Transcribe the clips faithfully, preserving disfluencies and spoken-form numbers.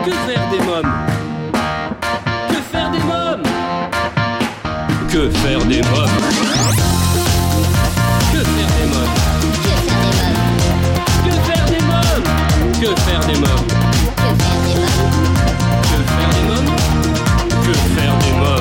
Que faire des mômes? Que faire des mômes? Que faire des mômes? Que faire des mômes? Que faire des mômes? Que faire des mômes? Que faire des mômes? Que faire des mômes?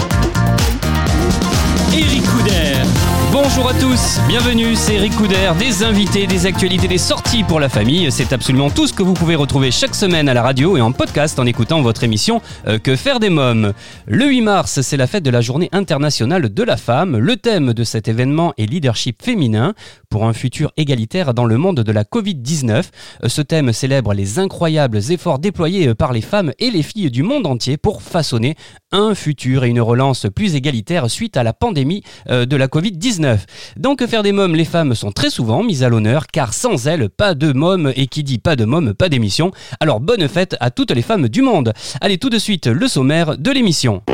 Eric Couder. Bonjour à tous, bienvenue, c'est Eric Couder, des invités, des actualités, des sorties pour la famille. C'est absolument tout ce que vous pouvez retrouver chaque semaine à la radio et en podcast en écoutant votre émission euh, Que faire des mômes. Le huit mars, c'est la fête de la Journée internationale de la femme. Le thème de cet événement est leadership féminin pour un futur égalitaire dans le monde de la covid dix-neuf. Ce thème célèbre les incroyables efforts déployés par les femmes et les filles du monde entier pour façonner un futur et une relance plus égalitaire suite à la pandémie euh, de la covid dix-neuf. Donc Que faire des mômes, les femmes sont très souvent mises à l'honneur car sans elles, pas de mômes, et qui dit pas de mômes, pas d'émission. Alors bonne fête à toutes les femmes du monde. Allez, tout de suite, le sommaire de l'émission.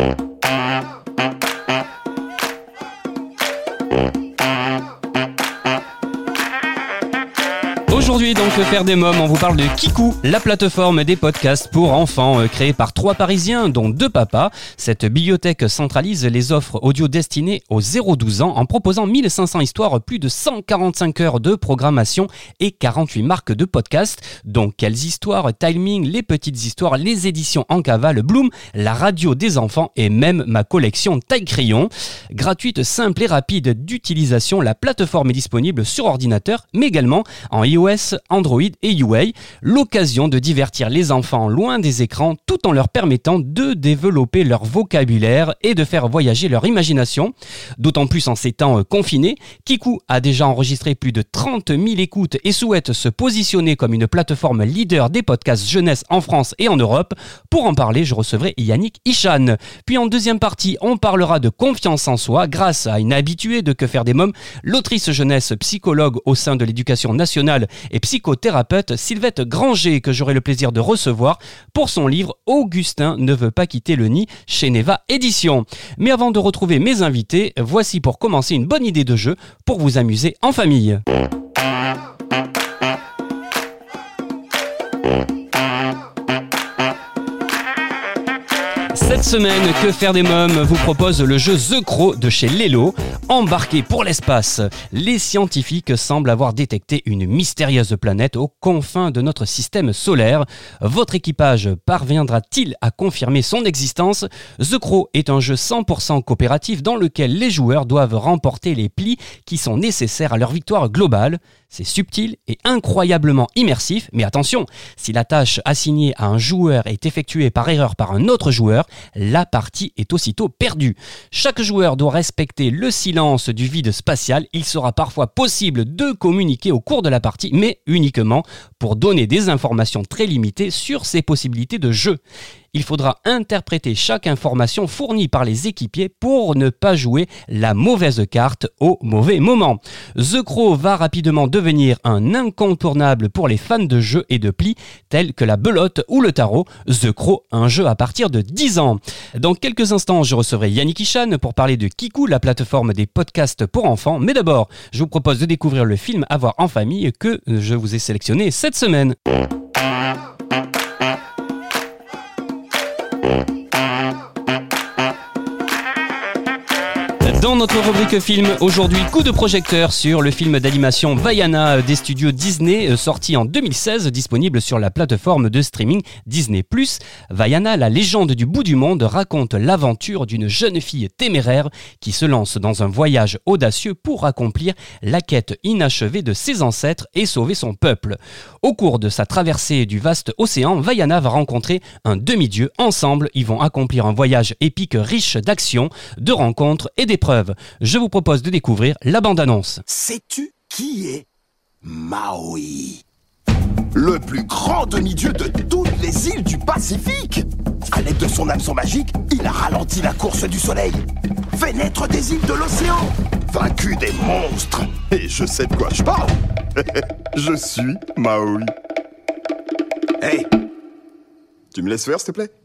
Aujourd'hui, donc, Que faire des mômes, on vous parle de Kikou, la plateforme des podcasts pour enfants euh, créée par trois Parisiens, dont deux papas. Cette bibliothèque centralise les offres audio destinées aux zéro à douze ans en proposant mille cinq cents histoires, plus de cent quarante-cinq heures de programmation et quarante-huit marques de podcasts. Donc, quelles histoires, timing, les petites histoires, les éditions en cavale, Bloom, la radio des enfants et même ma collection taille-crayon. Gratuite, simple et rapide d'utilisation, la plateforme est disponible sur ordinateur, mais également en iOS, Android et U A, l'occasion de divertir les enfants loin des écrans tout en leur permettant de développer leur vocabulaire et de faire voyager leur imagination. D'autant plus en ces temps confinés, Kikou a déjà enregistré plus de trente mille écoutes et souhaite se positionner comme une plateforme leader des podcasts jeunesse en France et en Europe. Pour en parler, je recevrai Yannick Ichan. Puis en deuxième partie, on parlera de confiance en soi grâce à une habituée de Que faire des mômes, l'autrice jeunesse psychologue au sein de l'éducation nationale et psychothérapeute Sylvette Granger, que j'aurai le plaisir de recevoir pour son livre Augustin ne veut pas quitter le nid chez Neva Édition. Mais avant de retrouver mes invités, voici pour commencer une bonne idée de jeu pour vous amuser en famille. Cette semaine, Que faire des mômes vous propose le jeu The Crow de chez Lelo. Embarqués pour l'espace, les scientifiques semblent avoir détecté une mystérieuse planète aux confins de notre système solaire. Votre équipage parviendra-t-il à confirmer son existence? The Crow est un jeu cent pour cent coopératif dans lequel les joueurs doivent remporter les plis qui sont nécessaires à leur victoire globale. C'est subtil et incroyablement immersif, mais attention, si la tâche assignée à un joueur est effectuée par erreur par un autre joueur, la partie est aussitôt perdue. Chaque joueur doit respecter le silence du vide spatial. Il sera parfois possible de communiquer au cours de la partie, mais uniquement pour donner des informations très limitées sur ses possibilités de jeu. Il faudra interpréter chaque information fournie par les équipiers pour ne pas jouer la mauvaise carte au mauvais moment. The Crow va rapidement devenir un incontournable pour les fans de jeux et de plis tels que la belote ou le tarot. The Crow, un jeu à partir de dix ans. Dans quelques instants, je recevrai Yannick Ichan pour parler de Kikou, la plateforme des podcasts pour enfants. Mais d'abord, je vous propose de découvrir le film à voir en famille que je vous ai sélectionné cette semaine. Dans notre rubrique film, aujourd'hui, coup de projecteur sur le film d'animation Vaiana des studios Disney, sorti en deux mille seize, disponible sur la plateforme de streaming Disney plus. Vaiana, la légende du bout du monde, raconte l'aventure d'une jeune fille téméraire qui se lance dans un voyage audacieux pour accomplir la quête inachevée de ses ancêtres et sauver son peuple. Au cours de sa traversée du vaste océan, Vaiana va rencontrer un demi-dieu. Ensemble, ils vont accomplir un voyage épique riche d'actions, de rencontres et d'épreuves. Je vous propose de découvrir la bande-annonce. Sais-tu qui est Maui? Le plus grand demi-dieu de toutes les îles du Pacifique. À l'aide de son hameçon magique, il a ralenti la course du soleil, fait naître des îles de l'océan, vaincu des monstres. Et je sais de quoi je parle. Je suis Maui. Hey, tu me laisses faire, s'il te plaît?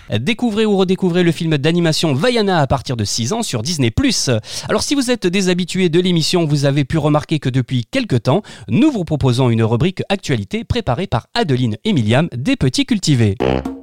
Découvrez ou redécouvrez le film d'animation Vaiana à partir de six ans sur Disney plus. Alors si vous êtes des habitués de l'émission, vous avez pu remarquer que depuis quelques temps, nous vous proposons une rubrique actualité préparée par Adeline et Myliam des Petits Cultivés.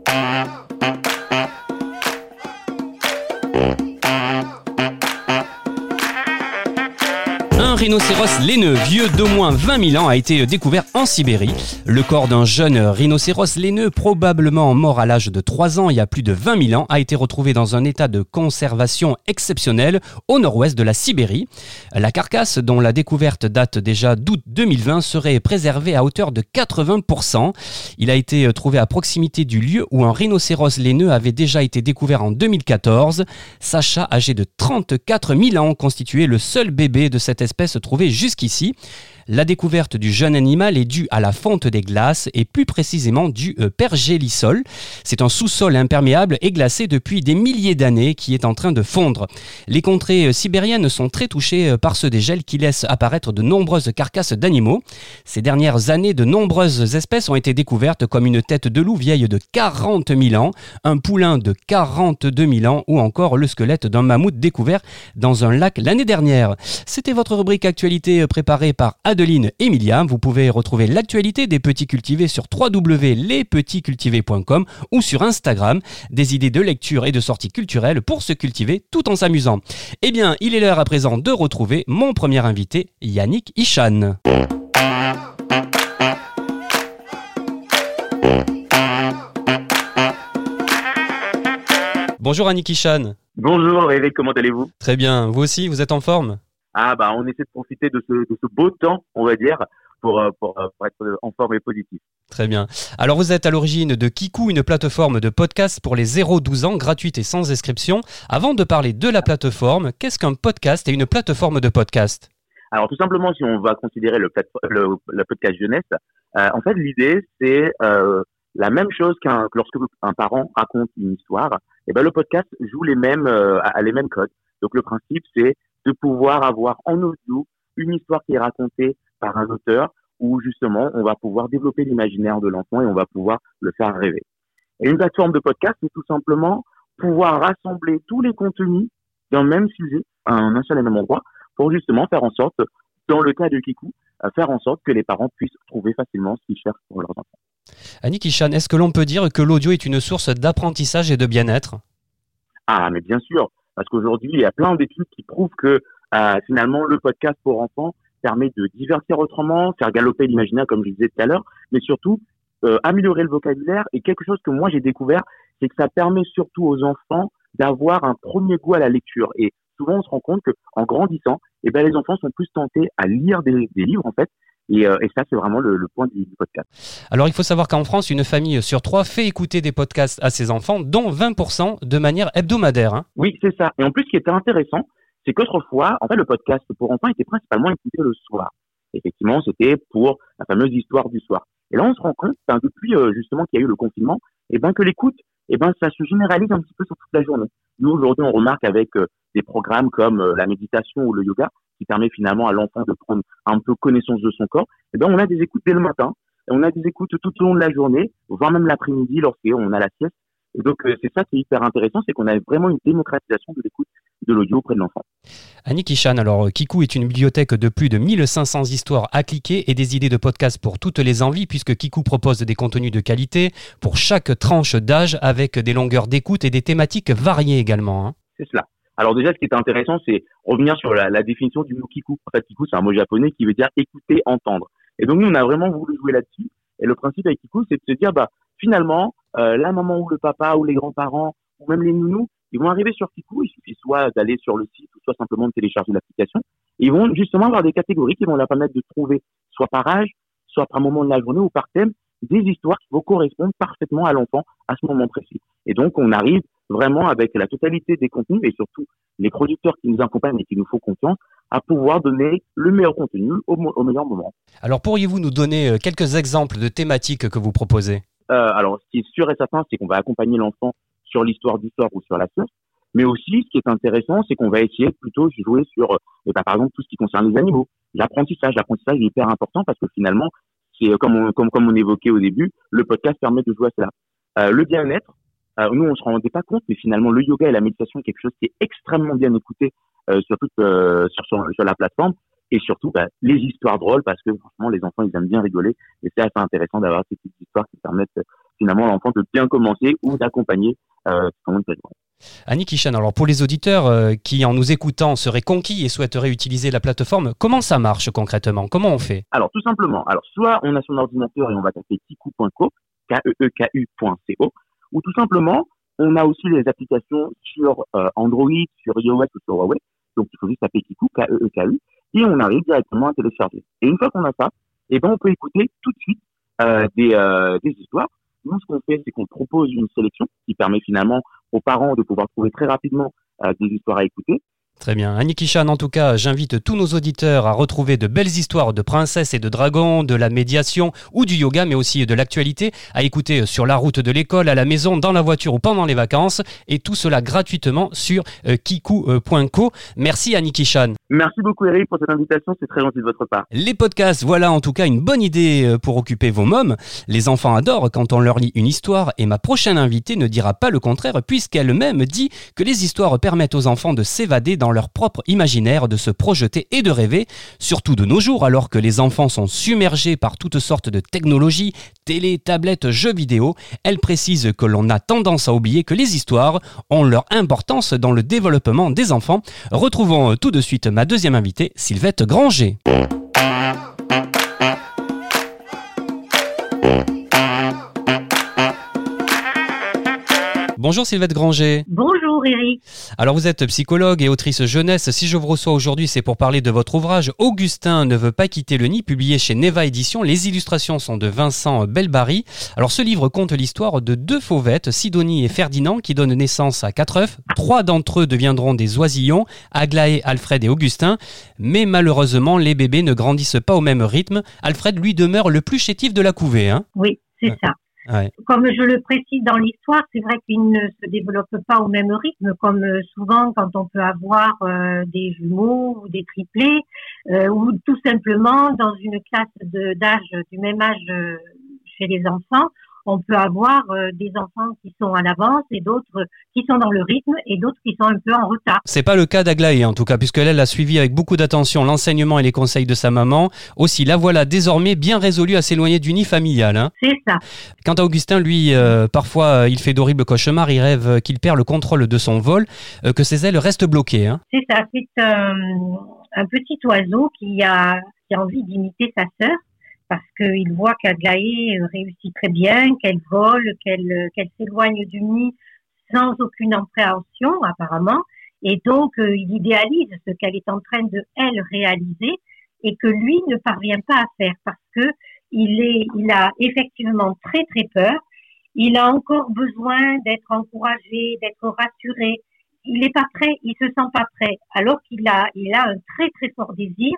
Un rhinocéros laineux vieux d'au moins vingt mille ans a été découvert en Sibérie. Le corps d'un jeune rhinocéros laineux, probablement mort à l'âge de trois ans il y a plus de vingt mille ans, a été retrouvé dans un état de conservation exceptionnel au nord-ouest de la Sibérie. La carcasse, dont la découverte date déjà d'août deux mille vingt, serait préservée à hauteur de quatre-vingts pour cent. Il a été trouvé à proximité du lieu où un rhinocéros laineux avait déjà été découvert en deux mille quatorze. Sacha, âgé de trente-quatre mille ans, constituait le seul bébé de cette espèce trouvée jusqu'ici. La découverte du jeune animal est due à la fonte des glaces et plus précisément du euh, pergélisol. C'est un sous-sol imperméable et glacé depuis des milliers d'années qui est en train de fondre. Les contrées euh, sibériennes sont très touchées euh, par ce dégel qui laisse apparaître de nombreuses carcasses d'animaux. Ces dernières années, de nombreuses espèces ont été découvertes comme une tête de loup vieille de quarante mille ans, un poulain de quarante-deux mille ans ou encore le squelette d'un mammouth découvert dans un lac l'année dernière. C'était votre rubrique actualité préparée par Adeline et Myliam. Vous pouvez retrouver l'actualité des Petits Cultivés sur w w w point les petits cultivés point com ou sur Instagram. Des idées de lecture et de sorties culturelles pour se cultiver tout en s'amusant. Eh bien, il est l'heure à présent de retrouver mon premier invité, Yannick Hichane. Bonjour Yannick Hichane. Bonjour Eric, comment allez-vous? Très bien, vous aussi, vous êtes en forme? Ah bah on essaie de profiter de ce, de ce beau temps, on va dire, pour, pour, pour être en forme et positif. Très bien. Alors vous êtes à l'origine de Kikou, une plateforme de podcast pour les zéro douze ans, gratuite et sans inscription. Avant de parler de la plateforme, qu'est-ce qu'un podcast et une plateforme de podcast? Alors tout simplement, si on va considérer le, plate- le, le podcast jeunesse, euh, en fait l'idée c'est euh, la même chose qu'un que lorsque un parent raconte une histoire, et ben le podcast joue les mêmes euh, à les mêmes codes. Donc le principe c'est de pouvoir avoir en audio une histoire qui est racontée par un auteur où justement on va pouvoir développer l'imaginaire de l'enfant et on va pouvoir le faire rêver. Et une plateforme de podcast, c'est tout simplement pouvoir rassembler tous les contenus d'un même sujet à un seul et même endroit pour justement faire en sorte, dans le cas de Kikou, faire en sorte que les parents puissent trouver facilement ce qu'ils cherchent pour leurs enfants. Yannick Hichane, est-ce que l'on peut dire que l'audio est une source d'apprentissage et de bien-être? Ah, mais bien sûr. Parce qu'aujourd'hui, il y a plein d'études qui prouvent que euh, finalement, le podcast pour enfants permet de divertir autrement, faire galoper l'imaginaire, comme je disais tout à l'heure, mais surtout euh, améliorer le vocabulaire. Et quelque chose que moi, j'ai découvert, c'est que ça permet surtout aux enfants d'avoir un premier goût à la lecture. Et souvent, on se rend compte qu'en grandissant, eh ben, les enfants sont plus tentés à lire des, des livres, en fait. Et, euh, et ça, c'est vraiment le, le point du, du podcast. Alors, il faut savoir qu'en France, une famille sur trois fait écouter des podcasts à ses enfants, dont vingt pour cent de manière hebdomadaire. Hein. Oui, c'est ça. Et en plus, ce qui était intéressant, c'est qu'autrefois, en fait, le podcast pour enfants était principalement écouté le soir. Effectivement, c'était pour la fameuse histoire du soir. Et là, on se rend compte, ben, depuis euh, justement qu'il y a eu le confinement, et ben que l'écoute, et ben ça se généralise un petit peu sur toute la journée. Nous, aujourd'hui, on remarque avec euh, des programmes comme euh, la méditation ou le yoga, qui permet finalement à l'enfant de prendre un peu connaissance de son corps, et ben on a des écoutes dès le matin, et on a des écoutes tout au long de la journée, voire même l'après-midi lorsqu'on a la sieste. Et donc euh, c'est ça qui est hyper intéressant, c'est qu'on a vraiment une démocratisation de l'écoute de l'audio auprès de l'enfant. Yannick Hichane, alors Kikou est une bibliothèque de plus de mille cinq cents histoires à cliquer et des idées de podcasts pour toutes les envies, puisque Kikou propose des contenus de qualité pour chaque tranche d'âge avec des longueurs d'écoute et des thématiques variées également. Hein. C'est cela. Alors déjà, ce qui est intéressant, c'est revenir sur la, la définition du mot Kikou. En fait, Kikou, c'est un mot japonais qui veut dire écouter, entendre. Et donc, nous, on a vraiment voulu jouer là-dessus. Et le principe avec Kikou, c'est de se dire, bah, finalement, euh, la maman ou le papa ou les grands-parents ou même les nounous, ils vont arriver sur Kikou. Il suffit soit d'aller sur le site ou soit simplement de télécharger l'application. Ils vont justement avoir des catégories qui vont leur permettre de trouver soit par âge, soit par moment de la journée ou par thème, des histoires qui vont correspondre parfaitement à l'enfant à ce moment précis. Et donc, on arrive vraiment avec la totalité des contenus et surtout les producteurs qui nous accompagnent et qui nous font confiance à pouvoir donner le meilleur contenu au, au meilleur moment. Alors, pourriez-vous nous donner quelques exemples de thématiques que vous proposez? euh, Alors, ce qui est sûr et certain, c'est qu'on va accompagner l'enfant sur l'histoire du soir ou sur la science. Mais aussi, ce qui est intéressant, c'est qu'on va essayer plutôt de jouer sur, euh, bah, par exemple, tout ce qui concerne les animaux. L'apprentissage, l'apprentissage est hyper important parce que finalement, c'est comme on, comme, comme on évoquait au début, le podcast permet de jouer à cela. Euh, le bien-être, Euh, nous, on se rendait pas compte, mais finalement, le yoga et la méditation est quelque chose qui est extrêmement bien écouté euh, sur, toute, euh, sur, sur, sur la plateforme. Et surtout, bah, les histoires drôles, parce que franchement, les enfants, ils aiment bien rigoler. Et c'est assez intéressant d'avoir ces petites histoires qui permettent euh, finalement à l'enfant de bien commencer ou d'accompagner euh, son entraînement. Annie Kishan, alors pour les auditeurs euh, qui, en nous écoutant, seraient conquis et souhaiteraient utiliser la plateforme, comment ça marche concrètement? Comment on fait? Alors, tout simplement, alors soit on a son ordinateur et on va taper kiku point co, K E E K U point C O, ou tout simplement, on a aussi les applications sur euh, Android, sur iOS ou sur Huawei. Donc, il faut juste taper Kiku, K E E K U, et on arrive directement à télécharger. Et une fois qu'on a ça, eh ben, on peut écouter tout de suite euh, des, euh, des histoires. Nous, ce qu'on fait, c'est qu'on propose une sélection qui permet finalement aux parents de pouvoir trouver très rapidement euh, des histoires à écouter. Très bien. Annie Kishan, en tout cas, j'invite tous nos auditeurs à retrouver de belles histoires de princesses et de dragons, de la médiation ou du yoga, mais aussi de l'actualité, à écouter sur la route de l'école, à la maison, dans la voiture ou pendant les vacances, et tout cela gratuitement sur euh, kiku point co. Merci Annie Kishan. Merci beaucoup Eric pour cette invitation, c'est très gentil de votre part. Les podcasts, voilà en tout cas une bonne idée pour occuper vos mômes. Les enfants adorent quand on leur lit une histoire, et ma prochaine invitée ne dira pas le contraire, puisqu'elle-même dit que les histoires permettent aux enfants de s'évader dans leur propre imaginaire, de se projeter et de rêver, surtout de nos jours alors que les enfants sont submergés par toutes sortes de technologies, télé, tablettes, jeux vidéo. Elle précise que l'on a tendance à oublier que les histoires ont leur importance dans le développement des enfants. Retrouvons tout de suite ma deuxième invitée, Sylvette Granger. Bonjour Sylvette Granger. Bonjour Eric. Alors vous êtes psychologue et autrice jeunesse. Si je vous reçois aujourd'hui, c'est pour parler de votre ouvrage « Augustin ne veut pas quitter le nid », publié chez Neva Éditions. Les illustrations sont de Vincent Belbary. Alors ce livre conte l'histoire de deux fauvettes, Sidonie et Ferdinand, qui donnent naissance à quatre œufs. Trois d'entre eux deviendront des oisillons, Aglaé, Alfred et Augustin. Mais malheureusement, les bébés ne grandissent pas au même rythme. Alfred, lui, demeure le plus chétif de la couvée. Hein. Oui, c'est ouais. ça. Ouais. Comme je le précise dans l'histoire, c'est vrai qu'ils ne se développent pas au même rythme, comme souvent quand on peut avoir euh, des jumeaux ou des triplés, euh, ou tout simplement dans une classe de, d'âge, du même âge euh, chez les enfants, on peut avoir euh, des enfants qui sont à l'avance et d'autres qui sont dans le rythme et d'autres qui sont un peu en retard. C'est pas le cas d'Aglaé en tout cas, puisqu'elle elle a suivi avec beaucoup d'attention l'enseignement et les conseils de sa maman. Aussi, la voilà désormais bien résolue à s'éloigner du nid familial. Hein. C'est ça. Quant à Augustin, lui, euh, parfois il fait d'horribles cauchemars, il rêve qu'il perd le contrôle de son vol, euh, que ses ailes restent bloquées. Hein. C'est ça, c'est un, un petit oiseau qui a, qui a envie d'imiter sa sœur, parce qu'il voit qu'Aglaé réussit très bien, qu'elle vole, qu'elle, qu'elle s'éloigne du nid sans aucune appréhension apparemment, et donc euh, il idéalise ce qu'elle est en train de, elle, réaliser, et que lui ne parvient pas à faire, parce que il est, il a effectivement très très peur, il a encore besoin d'être encouragé, d'être rassuré, il est pas prêt, il se sent pas prêt, alors qu'il a, il a un très très fort désir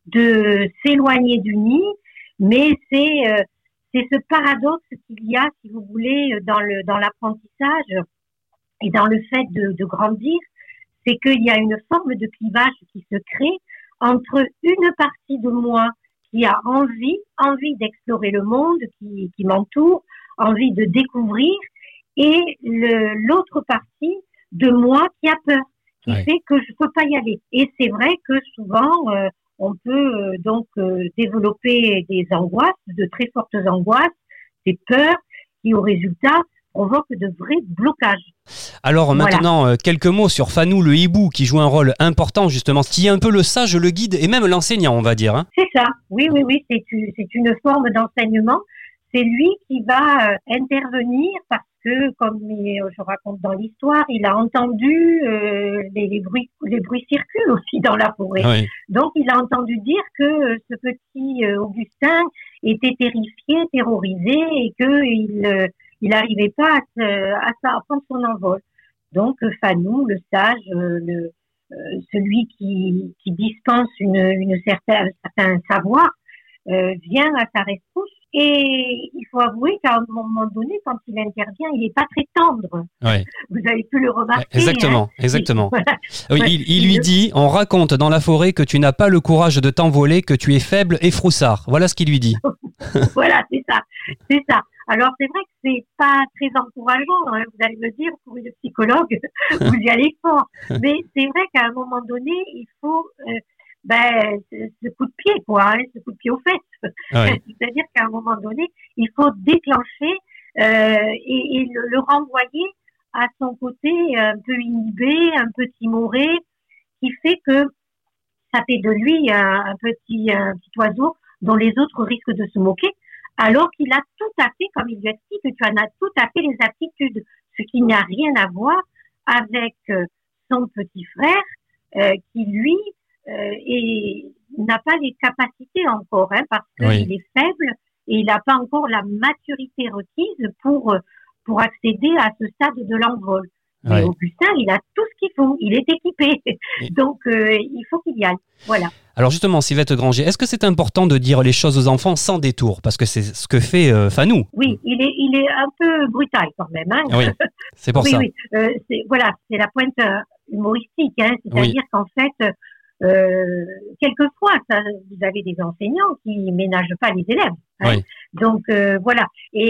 de s'éloigner du nid. Mais c'est euh, c'est ce paradoxe qu'il y a, si vous voulez, dans le dans l'apprentissage et dans le fait de, de grandir, c'est qu'il y a une forme de clivage qui se crée entre une partie de moi qui a envie envie d'explorer le monde qui qui m'entoure, envie de découvrir, et le, l'autre partie de moi qui a peur, qui ouais. fait que je peux pas y aller. Et c'est vrai que souvent euh, on peut euh, donc euh, développer des angoisses, de très fortes angoisses, des peurs qui, au résultat, provoquent de vrais blocages. Alors voilà. Maintenant, euh, quelques mots sur Fanou le hibou, qui joue un rôle important justement, qui est un peu le sage, le guide et même l'enseignant, on va dire. Hein. C'est ça, oui, oui, oui, c'est une, c'est une forme d'enseignement. C'est lui qui va euh, intervenir parce que, comme je raconte dans l'histoire, il a entendu euh, les, les bruits, les bruits circulent aussi dans la forêt. Oui. Donc, il a entendu dire que euh, ce petit euh, Augustin était terrifié, terrorisé et qu'il euh, il n'arrivait pas à, se, à, à prendre son envol. Donc, Fanou, le sage, euh, le, euh, celui qui, qui dispense une, une certaine, un certain savoir, euh, vient à sa rescousse. Et il faut avouer qu'à un moment donné, quand il intervient, il n'est pas très tendre. Ouais. Vous avez pu le remarquer. Exactement, hein. exactement. Voilà. Oui, il, il lui dit, on raconte dans la forêt que tu n'as pas le courage de t'envoler, que tu es faible et froussard. Voilà ce qu'il lui dit. Voilà, c'est ça, c'est ça. Alors c'est vrai que c'est pas très encourageant, hein, vous allez me dire, pour une psychologue, vous y allez fort. Mais c'est vrai qu'à un moment donné, il faut euh, ben, ce, ce coup de pied, quoi, hein, ce coup de pied aux fesses. Ouais. C'est-à-dire qu'à un moment donné, il faut déclencher euh, et, et le, le renvoyer à son côté un peu inhibé, un peu timoré, qui fait que ça fait de lui un, un petit un petit oiseau dont les autres risquent de se moquer, alors qu'il a tout à fait, comme il lui explique, que tu en as tout à fait les aptitudes, ce qui n'a rien à voir avec son petit frère, euh, qui lui euh, est, n'a pas les capacités encore, hein, parce qu'il oui. est faible et il n'a pas encore la maturité requise pour pour accéder à ce stade de l'envol. Mais ouais. Augustin, il a tout ce qu'il faut, il est équipé, et... donc euh, il faut qu'il y aille. Voilà. Alors justement, Sylvette Granger, est-ce que c'est important de dire les choses aux enfants sans détour, parce que c'est ce que fait euh, Fanou? Oui, il est, il est un peu brutal quand même. Hein. Oui, c'est pour oui, ça. Oui, euh, c'est, voilà, c'est la pointe humoristique, hein, c'est-à-dire oui. qu'en fait, euh, quelquefois, ça, vous avez des enseignants qui ménagent pas les élèves. Hein. Oui. Donc euh, voilà,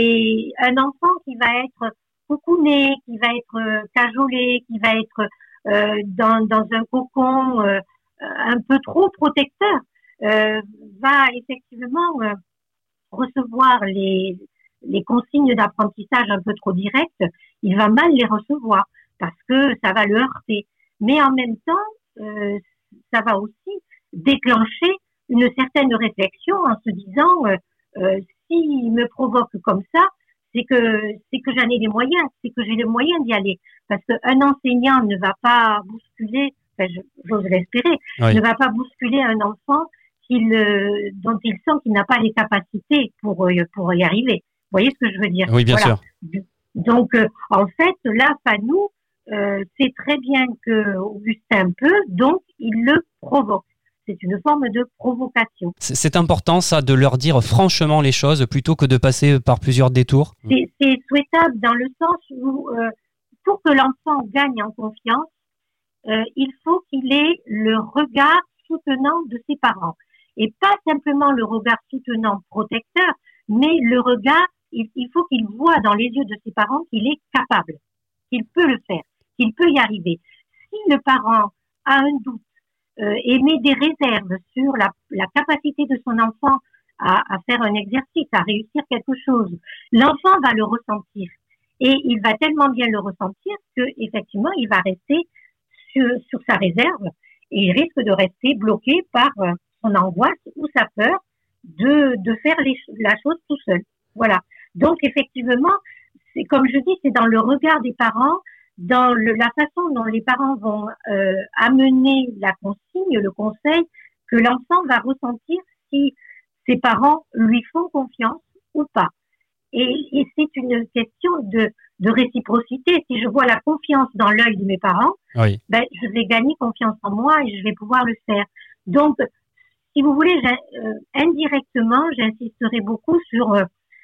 et un enfant qui va être coucouné, qui va être euh, cajolé, qui va être euh, dans, dans un cocon euh, un peu trop protecteur, euh, va effectivement euh, recevoir les, les consignes d'apprentissage un peu trop directes, il va mal les recevoir parce que ça va le heurter. Mais en même temps, euh, ça va aussi déclencher une certaine réflexion en se disant euh, euh, s'il me provoque comme ça, c'est que c'est que j'en ai les moyens, c'est que j'ai les moyens d'y aller. Parce qu'un enseignant ne va pas bousculer, enfin, j'ose l'espérer, oui. ne va pas bousculer un enfant qu'il, euh, dont il sent qu'il n'a pas les capacités pour pour y arriver. Vous voyez ce que je veux dire? Oui, bien voilà. sûr. Donc, euh, en fait, là, Fanou euh, sait très bien que Augustin peut, donc il le provoque. C'est une forme de provocation. C'est important, ça, de leur dire franchement les choses plutôt que de passer par plusieurs détours? C'est, c'est souhaitable dans le sens où, euh, pour que l'enfant gagne en confiance, euh, il faut qu'il ait le regard soutenant de ses parents. Et pas simplement le regard soutenant protecteur, mais le regard, il, il faut qu'il voit dans les yeux de ses parents qu'il est capable, qu'il peut le faire, qu'il peut y arriver. Si le parent a un doute, Euh, émet des réserves sur la, la capacité de son enfant à, à faire un exercice, à réussir quelque chose, l'enfant va le ressentir et il va tellement bien le ressentir que effectivement il va rester sur, sur sa réserve et il risque de rester bloqué par euh, son angoisse ou sa peur de, de faire les, la chose tout seul. Voilà. Donc effectivement, c'est, comme je dis, c'est dans le regard des parents, dans le, la façon dont les parents vont euh, amener la consigne, le conseil, que l'enfant va ressentir si ses parents lui font confiance ou pas. Et, et c'est une question de, de réciprocité. Si je vois la confiance dans l'œil de mes parents, oui. ben, je vais gagner confiance en moi et je vais pouvoir le faire. Donc, si vous voulez, euh, indirectement, j'insisterai beaucoup sur euh,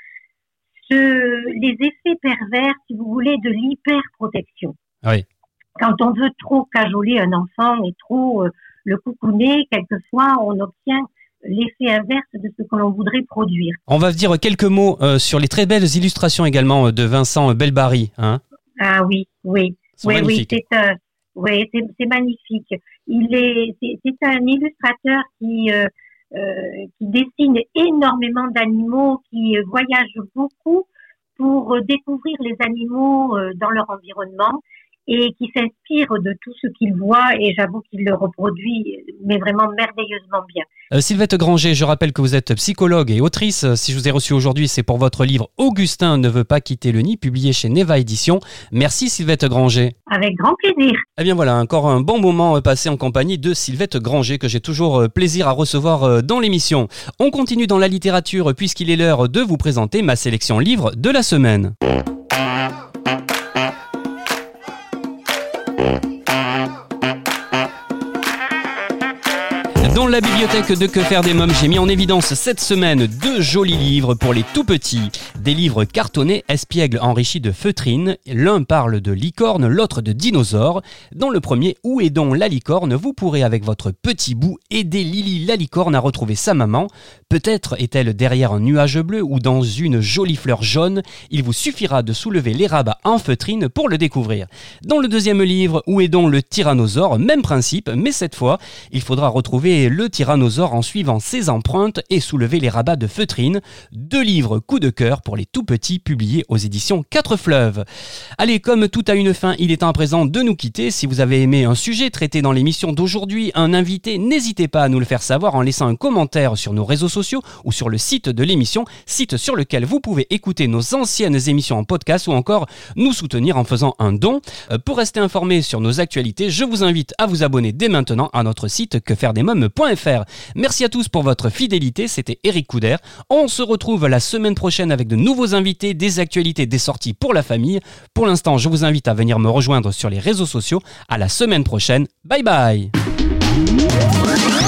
Ce, les effets pervers, si vous voulez, de l'hyperprotection. Oui. Quand on veut trop cajoler un enfant et trop euh, le coucouner, quelquefois on obtient l'effet inverse de ce que l'on voudrait produire. On va dire quelques mots euh, sur les très belles illustrations également de Vincent Belbary. Hein. Ah oui, oui, oui, oui, c'est, euh, oui c'est, c'est magnifique. Il est, c'est, c'est un illustrateur qui euh, Euh, qui dessine énormément d'animaux, qui euh, voyage beaucoup pour euh, découvrir les animaux euh, dans leur environnement et qui s'inspire de tout ce qu'il voit et j'avoue qu'il le reproduit mais vraiment merveilleusement bien. Euh, Sylvette Granger, je rappelle que vous êtes psychologue et autrice. Si je vous ai reçu aujourd'hui, c'est pour votre livre Augustin ne veut pas quitter le nid, publié chez Neva Éditions. Merci Sylvette Granger. Avec grand plaisir. Eh bien voilà, encore un bon moment passé en compagnie de Sylvette Granger que j'ai toujours plaisir à recevoir dans l'émission. On continue dans la littérature puisqu'il est l'heure de vous présenter ma sélection livre de la semaine. Dans la bibliothèque de Que faire des mômes, j'ai mis en évidence cette semaine deux jolis livres pour les tout petits. Des livres cartonnés espiègles enrichis de feutrine. L'un parle de licorne, l'autre de dinosaures. Dans le premier, Où est donc la licorne, vous pourrez avec votre petit bout aider Lily la licorne à retrouver sa maman. Peut-être est-elle derrière un nuage bleu ou dans une jolie fleur jaune. Il vous suffira de soulever les rabats en feutrine pour le découvrir. Dans le deuxième livre, Où est donc le tyrannosaure, même principe, mais cette fois, il faudra retrouver le tyrannosaure en suivant ses empreintes et soulever les rabats de feutrine. Deux livres coup de cœur pour les tout petits, publiés aux éditions Quatre Fleuves. Allez, comme tout a une fin, il est temps à présent de nous quitter. Si vous avez aimé un sujet traité dans l'émission d'aujourd'hui, un invité, n'hésitez pas à nous le faire savoir en laissant un commentaire sur nos réseaux sociaux ou sur le site de l'émission, site sur lequel vous pouvez écouter nos anciennes émissions en podcast ou encore nous soutenir en faisant un don. Pour rester informé sur nos actualités, je vous invite à vous abonner dès maintenant à notre site que faire des mômes point f r. Merci à tous pour votre fidélité, c'était Eric Couder. On se retrouve la semaine prochaine avec de nouveaux invités, des actualités, des sorties pour la famille. Pour l'instant, je vous invite à venir me rejoindre sur les réseaux sociaux. À la semaine prochaine. Bye bye.